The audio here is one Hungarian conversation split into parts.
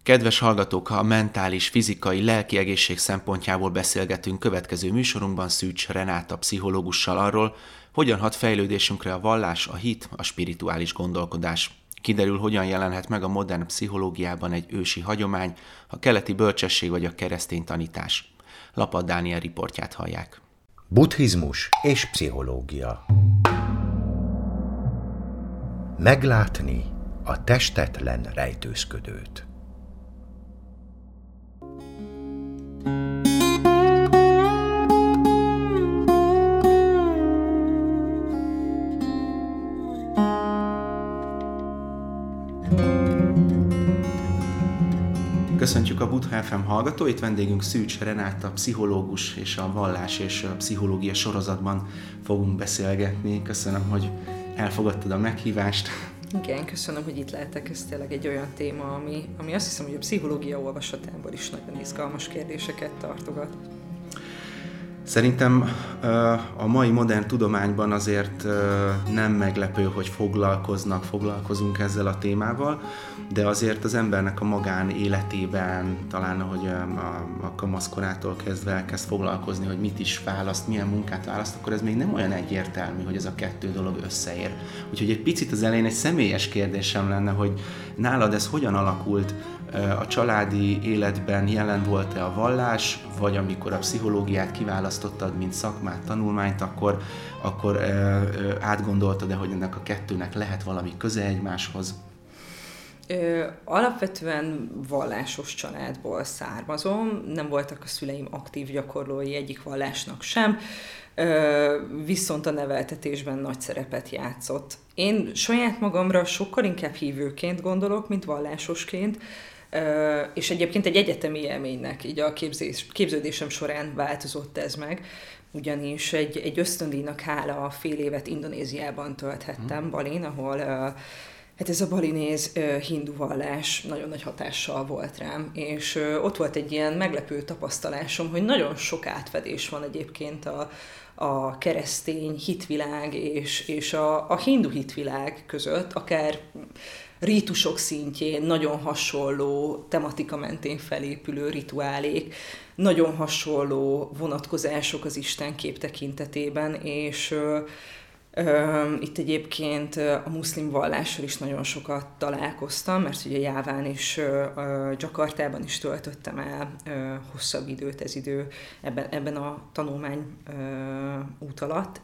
Kedves hallgatók, ha a mentális, fizikai, lelki egészség szempontjából beszélgetünk következő műsorunkban Szűcs Renáta pszichológussal arról, hogyan hat fejlődésünkre a vallás, a hit, a spirituális gondolkodás. Kiderül, hogyan jelenhet meg a modern pszichológiában egy ősi hagyomány, a keleti bölcsesség vagy a keresztény tanítás. Lapad Dániel riportját hallják. Buddhizmus és pszichológia. Meglátni a testetlen rejtőzködőt. Köszöntjük a Buddha FM hallgatóit, vendégünk Szűcs Renáta, pszichológus, és a vallás és a pszichológia sorozatban fogunk beszélgetni. Köszönöm, hogy elfogadtad a meghívást. Igen, köszönöm, hogy itt lehetek. Ez tényleg egy olyan téma, ami azt hiszem, hogy a pszichológia olvasatából is nagyon izgalmas kérdéseket tartogat. Szerintem a mai modern tudományban azért nem meglepő, hogy foglalkozunk ezzel a témával, de azért az embernek a magán életében, talán ahogy a kamaszkorától kezdve elkezd foglalkozni, hogy mit is választ, milyen munkát választ, akkor ez még nem olyan egyértelmű, hogy ez a kettő dolog összeér. Úgyhogy egy picit az elején egy személyes kérdésem lenne, hogy nálad ez hogyan alakult? A családi életben jelen volt-e a vallás, vagy amikor a pszichológiát kiválasztottad, mint szakmát, tanulmányt, akkor átgondoltad-e, hogy ennek a kettőnek lehet valami köze egymáshoz? Alapvetően vallásos családból származom, nem voltak a szüleim aktív gyakorlói egyik vallásnak sem, viszont a neveltetésben nagy szerepet játszott. Én saját magamra sokkal inkább hívőként gondolok, mint vallásosként, és egyébként egy egyetemi élménynek így a képződésem során változott ez meg, ugyanis egy ösztöndíjnak hála fél évet Indonéziában tölthettem, Balin, ahol hát ez a balinéz hindu vallás nagyon nagy hatással volt rám, és ott volt egy ilyen meglepő tapasztalásom, hogy nagyon sok átfedés van egyébként a keresztény hitvilág és a hindu hitvilág között, akár rítusok szintjén nagyon hasonló tematika mentén felépülő rituálék, nagyon hasonló vonatkozások az istenkép tekintetében, és itt egyébként a muszlim vallással is nagyon sokat találkoztam, mert ugye Jáván és Jakartában is töltöttem el hosszabb időt, ez idő ebben a tanulmány út alatt,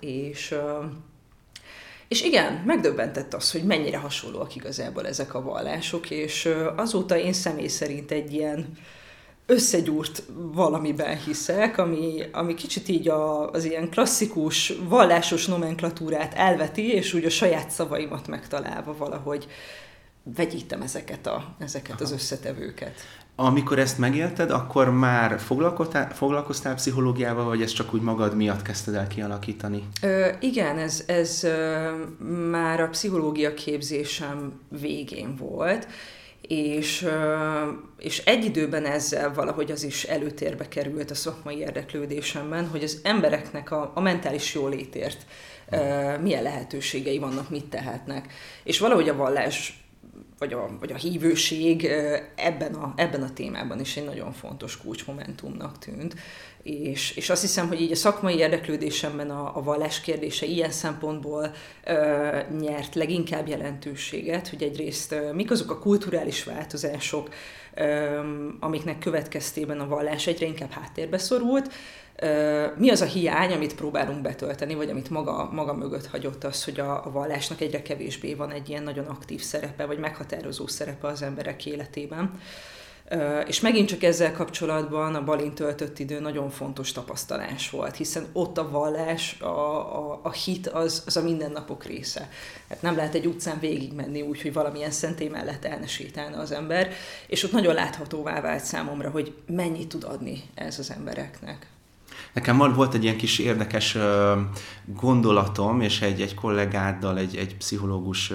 és igen, megdöbbentett az, hogy mennyire hasonlóak igazából ezek a vallások, és azóta én személy szerint egy ilyen összegyúrt valamiben hiszek, ami kicsit így az ilyen klasszikus vallásos nomenklatúrát elveti, és úgy a saját szavaimat megtalálva valahogy vegyítem ezeket az összetevőket. Amikor ezt megélted, akkor már foglalkoztál pszichológiával, vagy ezt csak úgy magad miatt kezdted el kialakítani? Igen, ez már a pszichológia képzésem végén volt, és egy időben ezzel valahogy az is előtérbe került a szakmai érdeklődésemben, hogy az embereknek a mentális jólétért milyen lehetőségei vannak, mit tehetnek. És valahogy a vallás vagy a hívőség ebben a témában is egy nagyon fontos kulcsmomentumnak tűnt. És azt hiszem, hogy így a szakmai érdeklődésemben a vallás kérdése ilyen szempontból nyert leginkább jelentőséget, hogy egyrészt mik azok a kulturális változások, amiknek következtében a vallás egyre inkább háttérbe szorult, mi az a hiány, amit próbálunk betölteni, vagy amit maga mögött hagyott az, hogy a vallásnak egyre kevésbé van egy ilyen nagyon aktív szerepe, vagy meghatározó szerepe az emberek életében. És megint csak ezzel kapcsolatban a Balin töltött idő nagyon fontos tapasztalás volt, hiszen ott a vallás, a hit az a mindennapok része. Hát nem lehet egy utcán végigmenni úgy, hogy valamilyen szentély mellett el ne sétálna az ember, és ott nagyon láthatóvá vált számomra, hogy mennyit tud adni ez az embereknek. Nekem volt egy ilyen kis érdekes gondolatom, és egy kollégáddal, egy pszichológus,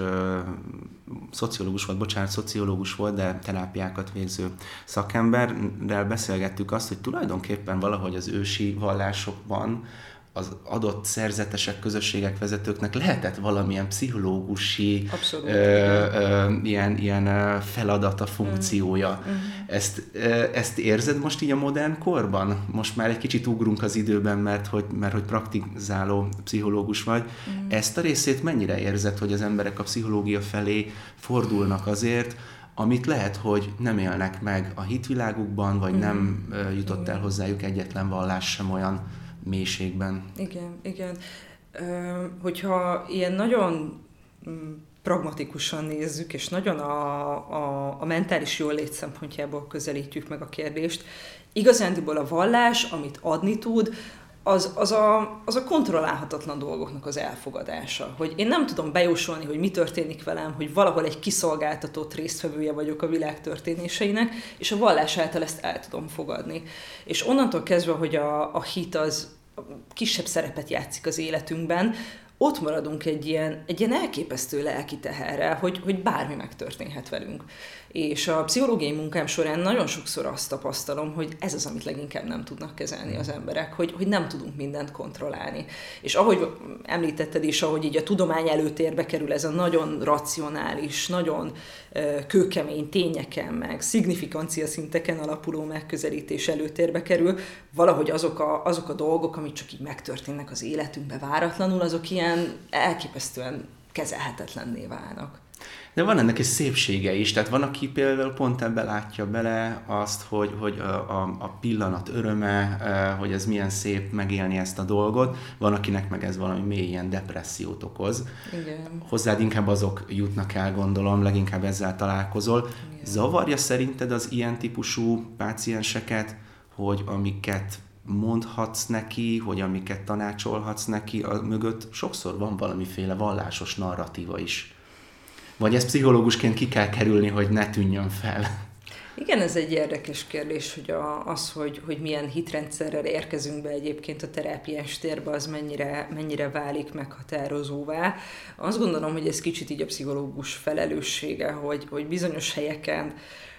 szociológus volt, de terápiákat végző szakemberrel beszélgettük azt, hogy tulajdonképpen valahogy az ősi vallásokban az adott szerzetesek, közösségek, vezetőknek lehetett valamilyen pszichológusi ilyen feladata, funkciója. Ezt érzed most így a modern korban? Most már egy kicsit ugrunk az időben, mert hogy praktizáló pszichológus vagy. Ezt a részét mennyire érzed, hogy az emberek a pszichológia felé fordulnak azért, amit lehet, hogy nem élnek meg a hitvilágukban, vagy nem jutott el hozzájuk egyetlen vallás sem olyan mélységben. Igen. Hogyha ilyen nagyon pragmatikusan nézzük, és nagyon a mentális jólét szempontjából közelítjük meg a kérdést, igazándiból a vallás, amit adni tud, az a kontrollálhatatlan dolgoknak az elfogadása. Hogy én nem tudom bejósolni, hogy mi történik velem, hogy valahol egy kiszolgáltatott résztvevője vagyok a világ történéseinek, és a vallás által ezt el tudom fogadni. És onnantól kezdve, hogy a hit az kisebb szerepet játszik az életünkben, ott maradunk egy ilyen elképesztő lelki teherrel, hogy bármi megtörténhet velünk. És a pszichológiai munkám során nagyon sokszor azt tapasztalom, hogy ez az, amit leginkább nem tudnak kezelni az emberek, hogy nem tudunk mindent kontrollálni. És ahogy említetted is, ahogy így a tudomány előtérbe kerül ez a nagyon racionális, nagyon kőkemény tényeken, meg szignifikancia szinteken alapuló megközelítés előtérbe kerül, valahogy azok a dolgok, amik csak így megtörténnek az életünkbe váratlanul, azok ilyen elképesztően kezelhetetlenné válnak. De van ennek egy szépsége is, tehát van, aki például pont ebbe látja bele azt, hogy a pillanat öröme, hogy ez milyen szép megélni ezt a dolgot, van, akinek meg ez valami mély ilyen depressziót okoz. Igen. Hozzád inkább azok jutnak el, gondolom, leginkább ezzel találkozol. Igen. Zavarja szerinted az ilyen típusú pácienseket, hogy amiket mondhatsz neki, hogy amiket tanácsolhatsz neki, mögött sokszor van valamiféle vallásos narratíva is? Vagy ezt pszichológusként ki kell kerülni, hogy ne tűnjön fel? Igen, ez egy érdekes kérdés, hogy milyen hitrendszerrel érkezünk be egyébként a terápiás térbe, az mennyire válik meghatározóvá. Azt gondolom, hogy ez kicsit így a pszichológus felelőssége, hogy bizonyos helyeken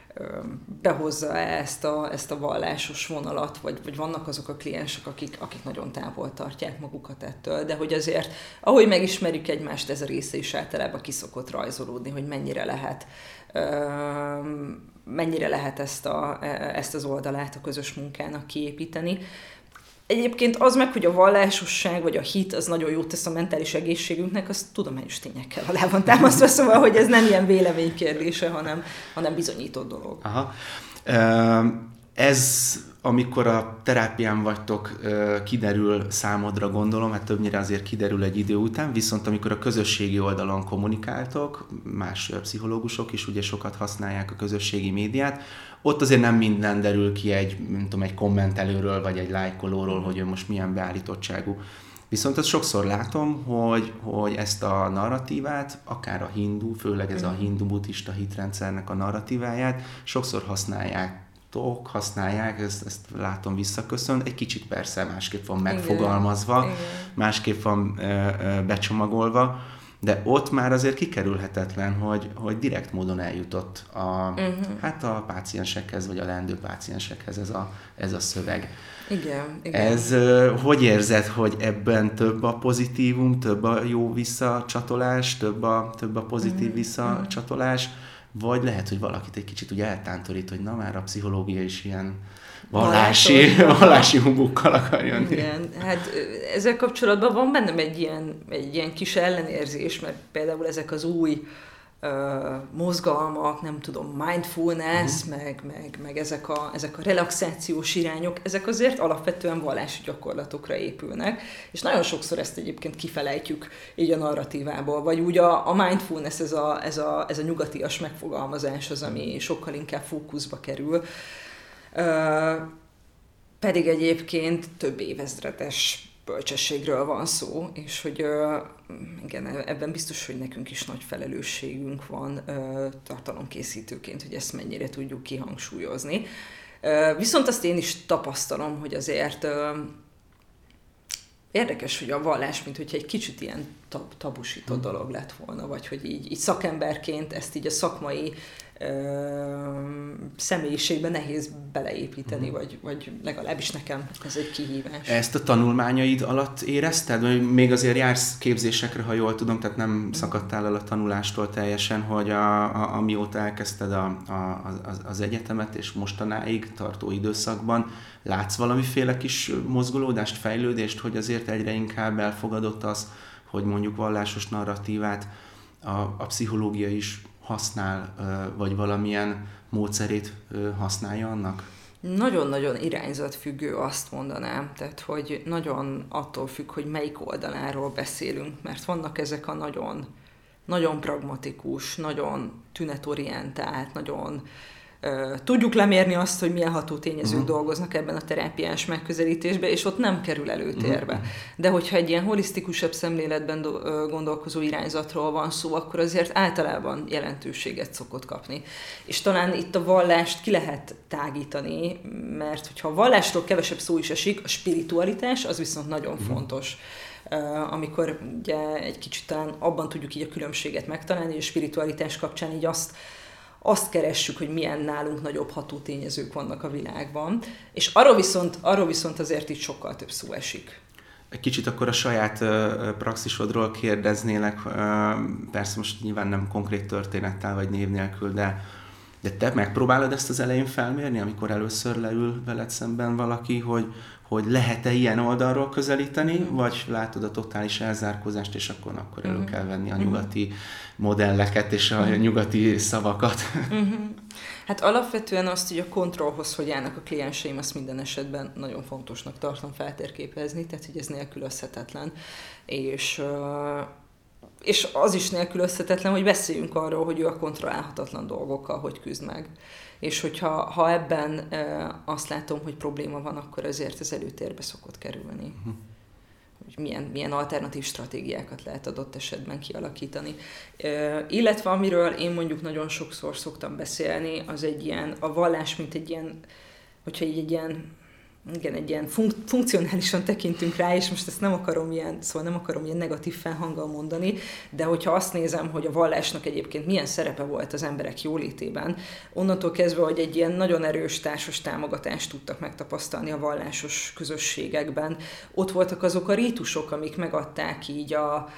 behozza ezt a vallásos vonalat, vagy vannak azok a kliensek, akik nagyon távol tartják magukat ettől, de hogy azért, ahogy megismerjük egymást, ez a része is általában ki szokott rajzolódni, hogy mennyire lehet ezt az oldalát a közös munkának kiépíteni. Egyébként az meg, hogy a vallásosság vagy a hit az nagyon jót tesz a mentális egészségünknek, az tudományos tényekkel alá van támasztva, szóval, hogy ez nem ilyen véleménykérdése, hanem bizonyított dolog. Aha. Ez, amikor a terápián vagytok, kiderül számodra, gondolom, hát többnyire azért kiderül egy idő után, viszont amikor a közösségi oldalon kommunikáltok, más pszichológusok is ugye sokat használják a közösségi médiát, ott azért nem minden derül ki egy kommentelőről, vagy egy lájkolóról, hogy ő most milyen beállítottságú. Viszont azt sokszor látom, hogy ezt a narratívát, akár a hindu, főleg ez a hindu-buddhista hitrendszernek a narratíváját, sokszor használják, ezt látom visszaköszön, egy kicsit persze másképp van megfogalmazva, igen. Másképp van becsomagolva, de ott már azért kikerülhetetlen, hogy direkt módon eljutott a páciensekhez, vagy a leendő páciensekhez ez a szöveg. Igen. Ez, hogy érzed, hogy ebben több a pozitívum, több a jó visszacsatolás, több a pozitív visszacsatolás, vagy lehet, hogy valakit egy kicsit ugye eltántorít, hogy na már a pszichológia is ilyen vallási humbukkal akar jönni. Igen, hát ezzel kapcsolatban van bennem egy ilyen kis ellenérzés, mert például ezek az új mozgalmak, nem tudom, mindfulness, meg ezek a relaxációs irányok, ezek azért alapvetően vallási gyakorlatokra épülnek, és nagyon sokszor ezt egyébként kifelejtjük így a narratívából, vagy úgy a mindfulness, ez a nyugatias megfogalmazás az, ami sokkal inkább fókuszba kerül, pedig egyébként több évezredes bölcsességről van szó, és hogy igen, ebben biztos, hogy nekünk is nagy felelősségünk van tartalomkészítőként, hogy ezt mennyire tudjuk kihangsúlyozni. Viszont azt én is tapasztalom, hogy azért érdekes, hogy a vallás, mint hogyha egy kicsit ilyen tabusított dolog lett volna, vagy hogy így szakemberként ezt így a szakmai személyiségbe nehéz beleépíteni, vagy legalábbis nekem ez egy kihívás. Ezt a tanulmányaid alatt érezted? Még azért jársz képzésekre, ha jól tudom, tehát nem szakadtál el a tanulástól teljesen, hogy amióta elkezdted az egyetemet, és mostanáig tartó időszakban látsz valamiféle kis mozgolódást, fejlődést, hogy azért egyre inkább elfogadott az, hogy mondjuk vallásos narratívát a pszichológia is használ, vagy valamilyen módszerét használja annak? Nagyon-nagyon irányzatfüggő, azt mondanám, tehát hogy nagyon attól függ, hogy melyik oldaláról beszélünk, mert vannak ezek a nagyon, nagyon pragmatikus, nagyon tünetorientált, nagyon tudjuk lemérni azt, hogy milyen hatótényezők dolgoznak ebben a terápiás megközelítésben, és ott nem kerül előtérbe. De hogyha egy ilyen holisztikusabb szemléletben gondolkozó irányzatról van szó, akkor azért általában jelentőséget szokott kapni. És talán itt a vallást ki lehet tágítani, mert hogyha a vallásról kevesebb szó is esik, a spiritualitás az viszont nagyon fontos. Amikor ugye egy kicsit talán abban tudjuk így a különbséget megtalálni, hogy a spiritualitás kapcsán így azt keressük, hogy milyen nálunk nagyobb hatótényezők vannak a világban, és arról viszont azért itt sokkal több szó esik. Egy kicsit akkor a saját praxisodról kérdeznélek, persze most nyilván nem konkrét történettel vagy név nélkül, de te megpróbálod ezt az elején felmérni, amikor először leül veled szemben valaki, hogy lehet-e ilyen oldalról közelíteni, vagy látod a totális elzárkózást, és akkor elő kell venni a nyugati modelleket és a nyugati szavakat? Hát alapvetően azt, hogy a kontrollhoz hogy állnak a klienseim, azt minden esetben nagyon fontosnak tartom feltérképezni, tehát hogy ez nélkülözhetetlen. És az is nélkülözhetetlen, hogy beszéljünk arról, hogy ő a kontrollálhatatlan dolgokkal hogy küzd meg. És hogyha ebben azt látom, hogy probléma van, akkor azért ez előtérbe szokott kerülni. Hogy milyen alternatív stratégiákat lehet adott esetben kialakítani. Illetve amiről én mondjuk nagyon sokszor szoktam beszélni, az egy ilyen, a vallás, mint egy ilyen, hogyha egy ilyen funkcionálisan tekintünk rá, és most ezt nem akarom ilyen negatív felhanggal mondani, de hogyha azt nézem, hogy a vallásnak egyébként milyen szerepe volt az emberek jólétében, onnantól kezdve, hogy egy ilyen nagyon erős társas támogatást tudtak megtapasztalni a vallásos közösségekben, ott voltak azok a rítusok, amik megadták így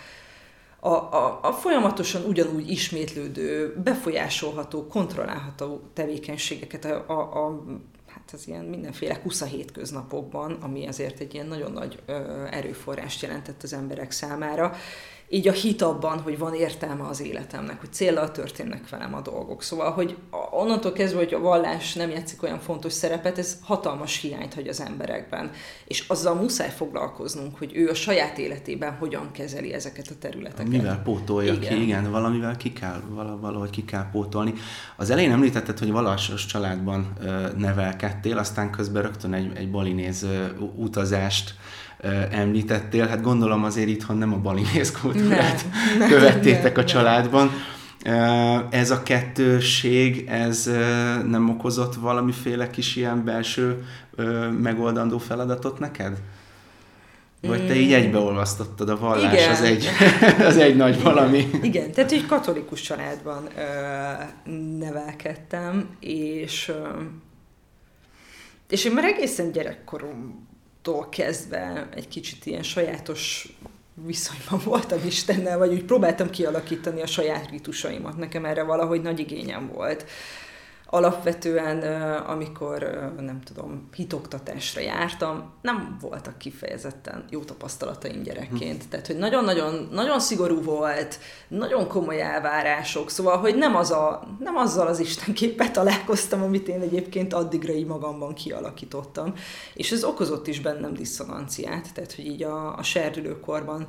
a folyamatosan ugyanúgy ismétlődő, befolyásolható, kontrollálható tevékenységeket hát az ilyen mindenféle kusza hétköznapokban, ami azért egy ilyen nagyon nagy erőforrást jelentett az emberek számára. Így a hit abban, hogy van értelme az életemnek, hogy céllal történnek velem a dolgok. Szóval, hogy onnantól kezdve, hogy a vallás nem játszik olyan fontos szerepet, ez hatalmas hiányt hagy az emberekben. És azzal muszáj foglalkoznunk, hogy ő a saját életében hogyan kezeli ezeket a területeket. Mivel pótolja ki, igen, valamivel valahogy ki kell pótolni. Az elején említetted, hogy vallásos családban nevelkedtél, aztán közben rögtön egy balinéz utazást említettél, hát gondolom azért itthon nem a balinéz kultúrát követtétek a családban. Ez a kettőség, ez nem okozott valamiféle kis ilyen belső megoldandó feladatot neked? Vagy te így egybeolvasztottad a vallás, igen. az egy nagy valami. Igen, tehát így katolikus családban nevelkedtem, és én már egészen gyerekkoromtól kezdve egy kicsit ilyen sajátos viszonyban voltam Istennel, vagy úgy próbáltam kialakítani a saját rítusaimat. Nekem erre valahogy nagy igényem volt. Alapvetően, amikor, nem tudom, hitoktatásra jártam, nem voltak kifejezetten jó tapasztalataim gyerekként. Tehát, hogy nagyon szigorú volt, nagyon komoly elvárások, szóval, hogy nem azzal az istenképpel találkoztam, amit én egyébként addigra így magamban kialakítottam. És ez okozott is bennem diszonanciát, tehát, hogy így a serdülőkorban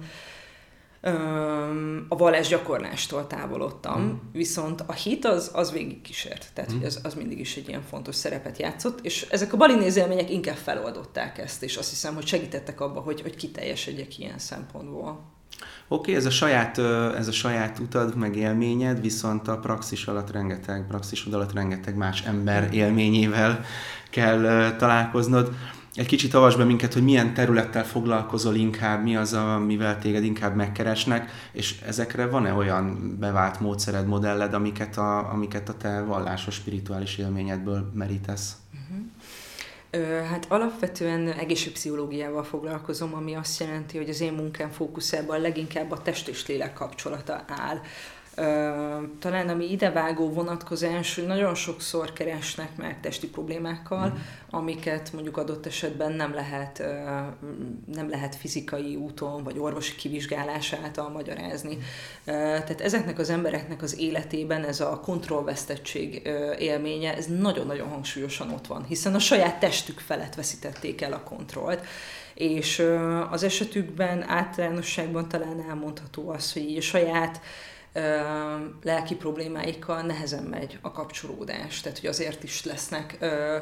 a vallásgyakorlástól távolodtam, viszont a hit az végig kísért, tehát hogy az mindig is egy ilyen fontos szerepet játszott, és ezek a balinéz élmények inkább feloldották ezt, és azt hiszem, hogy segítettek abba, hogy kiteljesedjek ilyen szempontból. Oké, ez a saját utad, meg élményed, viszont a praxisod alatt rengeteg más ember élményével kell találkoznod. egy kicsit avasd be minket, hogy milyen területtel foglalkozol inkább, mi az, amivel téged inkább megkeresnek, és ezekre van-e olyan bevált módszered, modelled, amiket a te vallásos, spirituális élményedből merítesz? Hát alapvetően egészségpszichológiával foglalkozom, ami azt jelenti, hogy az én munkám fókuszában leginkább a test és lélek kapcsolata áll. Talán ami idevágó vonatkozás, hogy nagyon sokszor keresnek meg testi problémákkal, amiket mondjuk adott esetben nem lehet fizikai úton vagy orvosi kivizsgálás által magyarázni. Tehát ezeknek az embereknek az életében ez a kontrollvesztettség élménye, ez nagyon-nagyon hangsúlyosan ott van, hiszen a saját testük felett veszítették el a kontrollt. És az esetükben általánosságban talán elmondható az, hogy így a saját lelki problémáikkal nehezen megy a kapcsolódás. Tehát, hogy azért is lesznek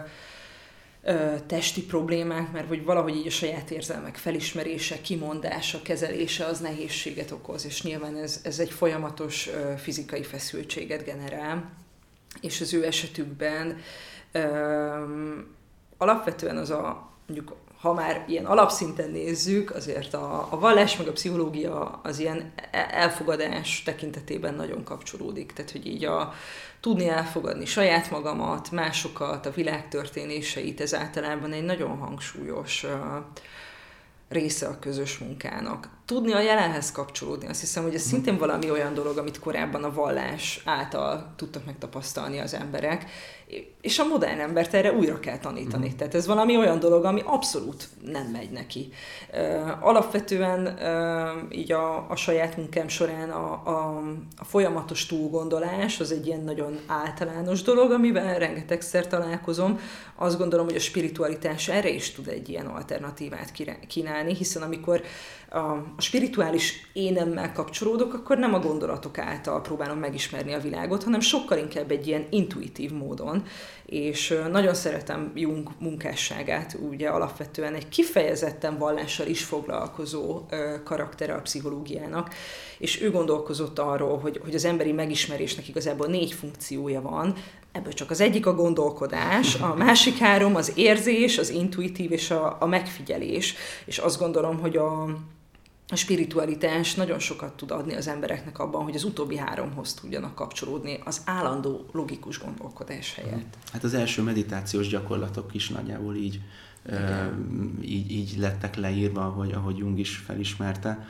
testi problémák, mert hogy valahogy így a saját érzelmek felismerése, kimondása, kezelése az nehézséget okoz, és nyilván ez egy folyamatos fizikai feszültséget generál. És az ő esetükben alapvetően az mondjuk ha már ilyen alapszinten nézzük, azért a vallás meg a pszichológia az ilyen elfogadás tekintetében nagyon kapcsolódik. Tehát, hogy így tudni elfogadni saját magamat, másokat, a világ történéseit, ez általában egy nagyon hangsúlyos része a közös munkának. Tudni a jelenhez kapcsolódni, azt hiszem, hogy ez szintén valami olyan dolog, amit korábban a vallás által tudtak megtapasztalni az emberek, és a modern embert erre újra kell tanítani. Tehát ez valami olyan dolog, ami abszolút nem megy neki. Alapvetően így a saját munkám során a folyamatos túlgondolás az egy ilyen nagyon általános dolog, amivel rengetegszer találkozom. Azt gondolom, hogy a spiritualitás erre is tud egy ilyen alternatívát kínálni, hiszen amikor a spirituális énemmel kapcsolódok, akkor nem a gondolatok által próbálom megismerni a világot, hanem sokkal inkább egy ilyen intuitív módon, és nagyon szeretem Jung munkásságát, ugye alapvetően egy kifejezetten vallással is foglalkozó karaktere a pszichológiának, és ő gondolkozott arról, hogy az emberi megismerésnek igazából 4 funkciója van, ebből csak az egyik a gondolkodás, a másik 3 az érzés, az intuitív és a megfigyelés, és azt gondolom, hogy a spiritualitás nagyon sokat tud adni az embereknek abban, hogy az utóbbi 3-hoz tudjanak kapcsolódni az állandó logikus gondolkodás helyett. Hát az első meditációs gyakorlatok is nagyjából így lettek leírva, ahogy Jung is felismerte.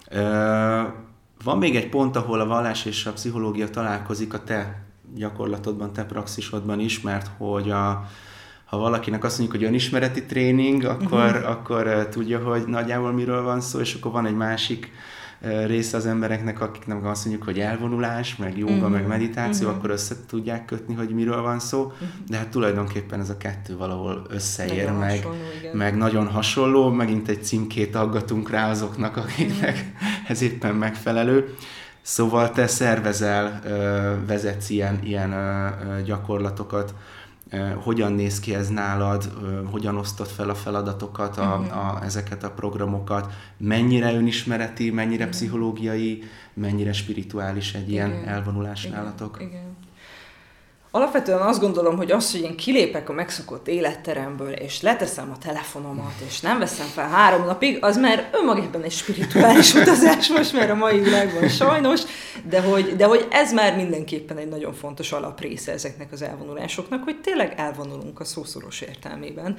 Van még egy pont, ahol a vallás és a pszichológia találkozik a te gyakorlatodban, te praxisodban is, mert hogy ha valakinek azt mondjuk, hogy önismereti tréning, akkor tudja, hogy nagyjából miről van szó, és akkor van egy másik része az embereknek, akiknek azt mondjuk, hogy elvonulás, meg jóga, meg meditáció, akkor össze tudják kötni, hogy miről van szó, de hát tulajdonképpen ez a kettő valahol összeér, meg nagyon hasonló, megint egy címkét aggatunk rá azoknak, akiknek ez éppen megfelelő. Szóval te szervezel, vezetsz ilyen gyakorlatokat. Hogyan néz ki ez nálad, hogyan osztod fel a feladatokat, ezeket a programokat, mennyire önismereti, mennyire pszichológiai, mennyire spirituális egy ilyen elvonulás nálatok? Igen. Alapvetően azt gondolom, hogy az, hogy én kilépek a megszokott életteremből, és leteszem a telefonomat, és nem veszem fel 3 napig, az már önmagában egy spirituális utazás most már a mai világban sajnos, de hogy ez már mindenképpen egy nagyon fontos alaprésze ezeknek az elvonulásoknak, hogy tényleg elvonulunk a szószoros értelmében.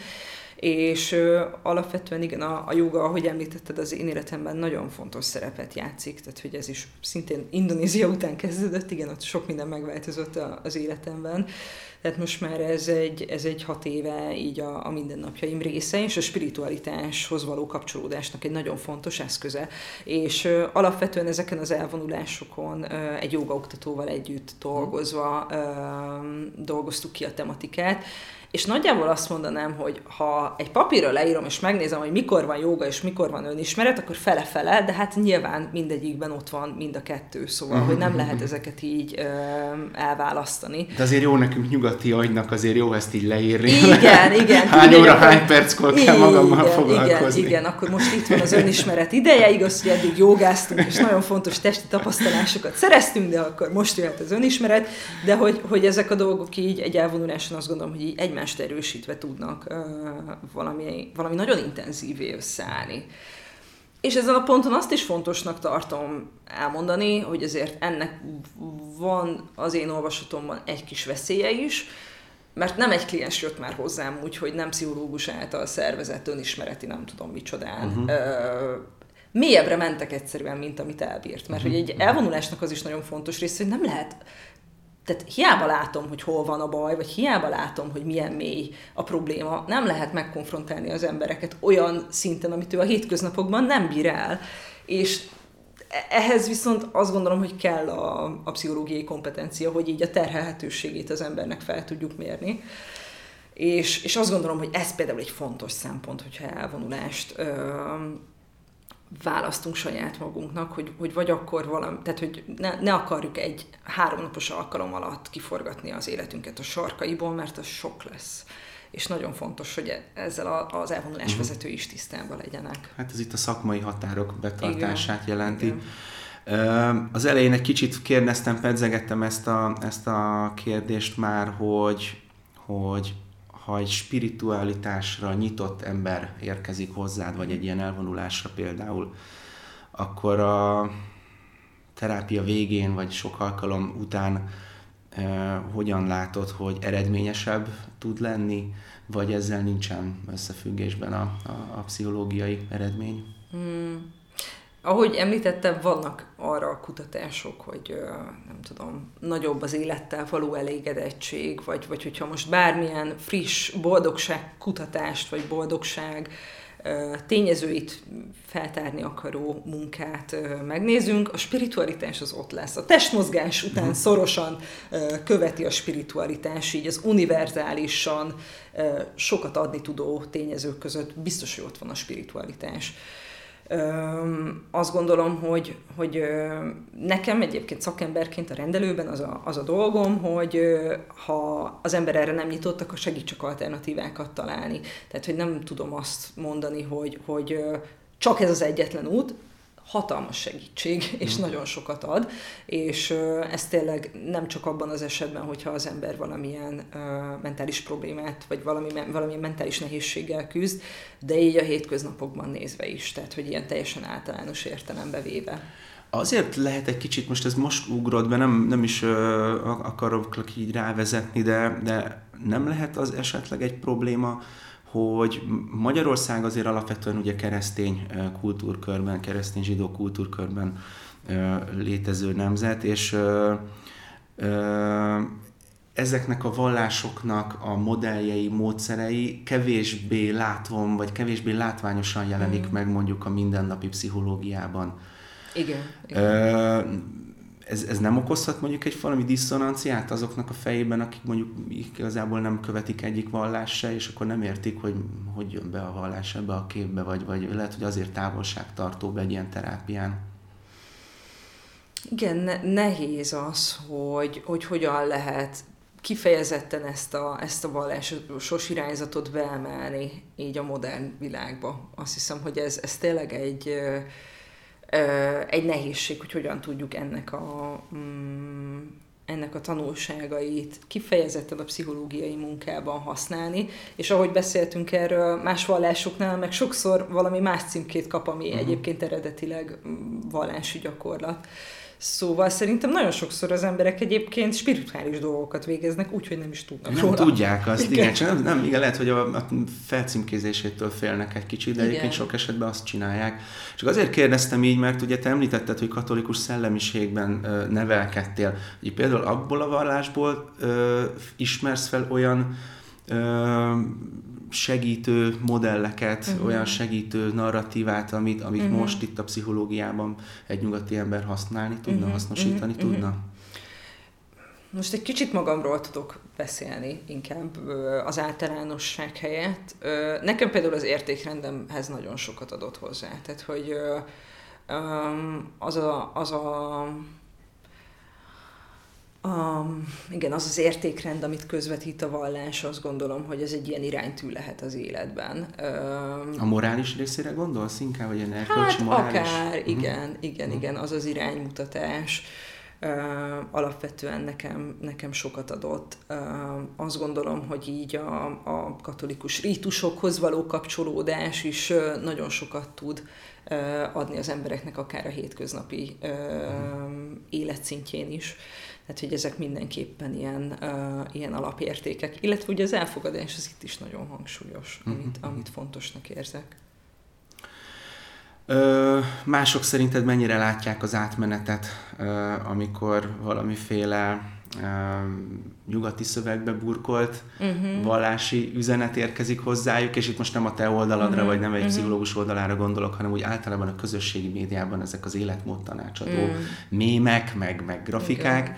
És alapvetően igen, a jóga, ahogy említetted, az én életemben nagyon fontos szerepet játszik, tehát hogy ez is szintén Indonézia után kezdődött, igen, ott sok minden megváltozott az életemben, tehát most már ez egy 6 éve így a mindennapjaim része, és a spiritualitáshoz való kapcsolódásnak egy nagyon fontos eszköze, és alapvetően ezeken az elvonulásokon egy jógaoktatóval együtt dolgozva dolgoztuk ki a tematikát, és nagyjából azt mondanám, hogy ha egy papírra leírom, és megnézem, hogy mikor van jóga, és mikor van önismeret, akkor fele-fele, de hát nyilván mindegyikben ott van mind a kettő, szóval, hogy nem lehet ezeket így elválasztani. De azért jó nekünk nyugati agynak, azért jó ezt így leírni. Igen. Hány óra, hány perckor kell magammal foglalkozni. Igen, akkor most itt van az önismeret ideje, igaz, hogy eddig jogáztunk, és nagyon fontos testi tapasztalásokat szereztünk, de akkor most jöhet az önismeret, de hogy ezek a dolgok így egy elvonuláson azt gondolom, hogy így egymást erősítve tudnak valami nagyon intenzívé összeállni. És ezen a ponton azt is fontosnak tartom elmondani, hogy azért ennek van az én olvasatomban egy kis veszélye is, mert nem egy kliens jött már hozzám úgy, hogy nem pszichológus által szervezett önismereti, nem tudom micsodán. Mélyebbre mentek egyszerűen, mint amit elbírt. Mert hogy egy elvonulásnak az is nagyon fontos része, hogy nem lehet. Tehát hiába látom, hogy hol van a baj, vagy hiába látom, hogy milyen mély a probléma, nem lehet megkonfrontálni az embereket olyan szinten, amit ő a hétköznapokban nem bír el. És ehhez viszont azt gondolom, hogy kell a pszichológiai kompetencia, hogy így a terhelhetőségét az embernek fel tudjuk mérni. És azt gondolom, hogy ez például egy fontos szempont, hogyha elvonulást választunk saját magunknak, hogy vagy akkor valami, tehát hogy ne akarjuk egy 3 napos alkalom alatt kiforgatni az életünket a sarkaiból, mert az sok lesz. És nagyon fontos, hogy ezzel az elvonulás vezetői is tisztában legyenek. Hát ez itt a szakmai határok betartását jelenti. Igen. Az elején egy kicsit kérdeztem, pedzegettem ezt a kérdést már, hogy ha egy spiritualitásra nyitott ember érkezik hozzád, vagy egy ilyen elvonulásra például, akkor a terápia végén, vagy sok alkalom után hogyan látod, hogy eredményesebb tud lenni, vagy ezzel nincsen összefüggésben a pszichológiai eredmény? Ahogy említettem, vannak arra kutatások, hogy nem tudom, nagyobb az élettel való elégedettség, vagy hogyha most bármilyen friss boldogság kutatást, vagy boldogság tényezőit feltárni akaró munkát megnézünk, a spiritualitás az ott lesz. A testmozgás után szorosan követi a spiritualitás, így az univerzálisan sokat adni tudó tényezők között biztos, hogy ott van a spiritualitás. Azt gondolom, hogy nekem egyébként szakemberként a rendelőben az a dolgom, hogy ha az ember erre nem nyitott, akkor segítsek alternatívákat találni. Tehát, hogy nem tudom azt mondani, hogy csak ez az egyetlen út, hatalmas segítség, és nagyon sokat ad, és ez tényleg nem csak abban az esetben, hogyha az ember valamilyen mentális problémát, vagy valamilyen mentális nehézséggel küzd, de így a hétköznapokban nézve is, tehát hogy ilyen teljesen általános értelembe véve. Azért lehet egy kicsit, most ugrott be, nem is akarok így rávezetni, de nem lehet az esetleg egy probléma, hogy Magyarország azért alapvetően ugye keresztény kultúrkörben, keresztény zsidó kultúrkörben létező nemzet, és ezeknek a vallásoknak a modelljei, módszerei kevésbé látván, vagy kevésbé látványosan jelenik meg mondjuk a mindennapi pszichológiában. Igen. Ez nem okozhat mondjuk egy valami diszonanciát azoknak a fejében, akik mondjuk igazából nem követik egyik vallás se, és akkor nem értik, hogy jön be a vallás ebbe a képbe, vagy lehet, hogy azért távolságtartóbb egy ilyen terápián. Igen, nehéz az, hogy hogyan lehet kifejezetten ezt a vallásos irányzatot beemelni így a modern világba. Azt hiszem, hogy ez tényleg egy nehézség, hogy hogyan tudjuk ennek a tanulságait kifejezetten a pszichológiai munkában használni, és ahogy beszéltünk erről, más vallásoknál meg sokszor valami más címkét kap, ami egyébként eredetileg vallási gyakorlat. Szóval szerintem nagyon sokszor az emberek egyébként spirituális dolgokat végeznek, úgyhogy nem is tudnak róla. Nem tudják azt, igen, csak nem, igen, lehet, hogy a felcímkézésétől félnek egy kicsit, de egyébként sok esetben azt csinálják. Csak azért kérdeztem így, mert ugye te említetted, hogy katolikus szellemiségben nevelkedtél. Ugye például abból a vallásból ismersz fel olyan segítő modelleket, olyan segítő narratívát, amit most itt a pszichológiában egy nyugati ember használni tudna, hasznosítani tudna? Most egy kicsit magamról tudok beszélni, inkább az általánosság helyett. Nekem például az értékrendemhez nagyon sokat adott hozzá. Tehát, hogy az az értékrend, amit közvetít a vallás, azt gondolom, hogy ez egy ilyen iránytű lehet az életben. A morális részére gondolsz inkább, vagy ilyen erkölcsi morális? Akár, igen, az az iránymutatás. alapvetően nekem sokat adott. Azt gondolom, hogy így a katolikus rítusokhoz való kapcsolódás is nagyon sokat tud adni az embereknek, akár a hétköznapi életszintjén is. Tehát, hogy ezek mindenképpen ilyen alapértékek. Illetve ugye az elfogadás az itt is nagyon hangsúlyos, amit fontosnak érzek. Mások szerinted mennyire látják az átmenetet, amikor valamiféle nyugati szövegbe burkolt vallási üzenet érkezik hozzájuk, és itt most nem a te oldaladra, vagy nem egy pszichológus oldalára gondolok, hanem úgy általában a közösségi médiában ezek az életmód tanácsadó mémek, meg grafikák,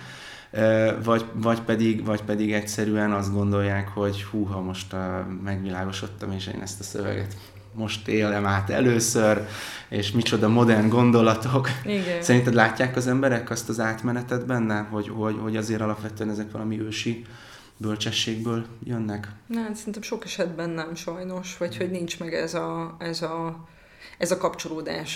vagy pedig egyszerűen azt gondolják, hogy húha, most megvilágosodtam, és én ezt a szöveget most élem át először, és micsoda modern gondolatok. Igen. Szerinted látják az emberek azt az átmenetet benne, hogy azért alapvetően ezek valami ősi bölcsességből jönnek? Nem, szerintem sok esetben nem sajnos, vagy hogy nincs meg ez a kapcsolódás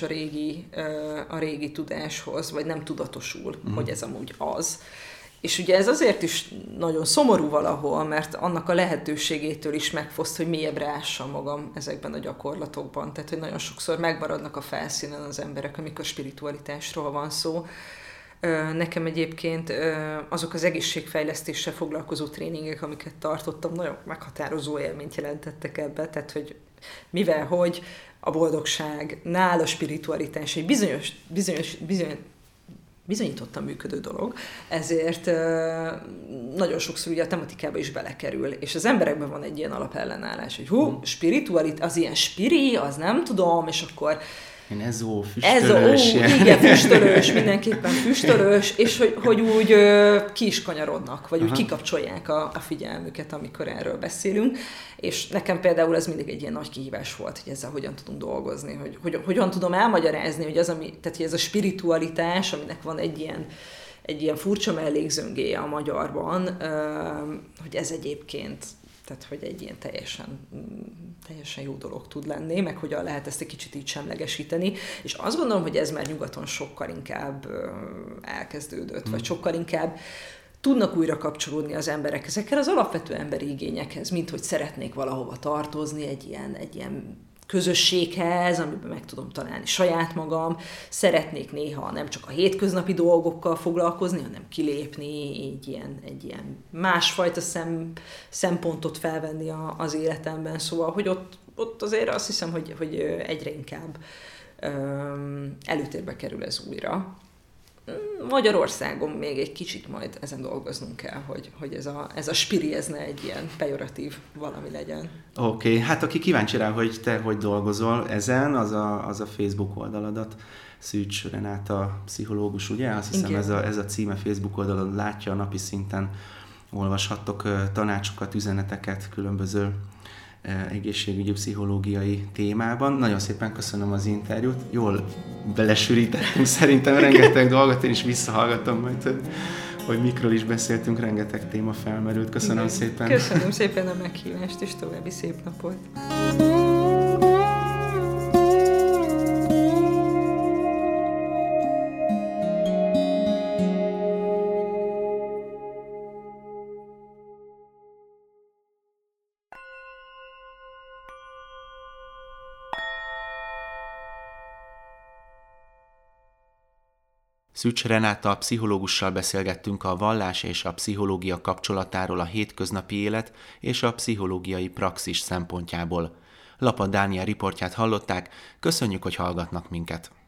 a régi tudáshoz, vagy nem tudatosul, hogy ez amúgy az. És ugye ez azért is nagyon szomorú valahol, mert annak a lehetőségétől is megfoszt, hogy mélyebbre ássam magam ezekben a gyakorlatokban. Tehát, hogy nagyon sokszor megmaradnak a felszínen az emberek, amikor spiritualitásról van szó. Nekem egyébként azok az egészségfejlesztéssel foglalkozó tréningek, amiket tartottam, nagyon meghatározó élményt jelentettek ebbe. Tehát, hogy mivel, hogy a boldogságnál a spiritualitás egy bizonyítottan működő dolog, ezért nagyon sokszor ugye a tematikába is belekerül, és az emberekben van egy ilyen alapellenállás, hogy spiritualitás, az ilyen spiri, az nem tudom, és akkor én füstölős. Igen, füstölős, mindenképpen füstölős, és hogy úgy ki is kanyarodnak, vagy úgy kikapcsolják a figyelmüket, amikor erről beszélünk. És nekem például ez mindig egy ilyen nagy kihívás volt, hogy ezzel hogyan tudunk dolgozni, hogy hogyan tudom elmagyarázni, hogy tehát hogy ez a spiritualitás, aminek van egy ilyen furcsa mellékzöngéje a magyarban, hogy ez egyébként, tehát hogy egy ilyen teljesen jó dolog tud lenni, meg hogyan lehet ezt egy kicsit így semlegesíteni. És azt gondolom, hogy ez már nyugaton sokkal inkább elkezdődött, vagy sokkal inkább tudnak újra kapcsolódni az emberek ezekkel az alapvető emberi igényekhez, mint hogy szeretnék valahova tartozni, egy ilyen közösséghez, amiben meg tudom találni saját magam, szeretnék néha nem csak a hétköznapi dolgokkal foglalkozni, hanem kilépni, egy ilyen másfajta szempontot felvenni az életemben, szóval, hogy ott azért azt hiszem, hogy egyre inkább előtérbe kerül ez újra. Magyarországon még egy kicsit majd ezen dolgoznunk kell, hogy ez a spiri, ez ne egy ilyen pejoratív valami legyen. Oké, hát aki kíváncsi rá, hogy te hogy dolgozol ezen, az a Facebook oldaladat, Szűcs Renáta pszichológus, ugye? Azt hiszem ez a címe Facebook oldalon, látja, napi szinten olvashattok tanácsokat, üzeneteket különböző egészségügyi, pszichológiai témában. Nagyon szépen köszönöm az interjút. Jól belesűrítettünk szerintem rengeteg dolgot, én is visszahallgatom majd, hogy mikről is beszéltünk, rengeteg téma felmerült. Köszönöm szépen. Köszönöm szépen a meghívást, és további szép napot. Szűcs Renáta pszichológussal beszélgettünk a vallás és a pszichológia kapcsolatáról a hétköznapi élet és a pszichológiai praxis szempontjából. Lapa Dániel riportját hallották, köszönjük, hogy hallgatnak minket!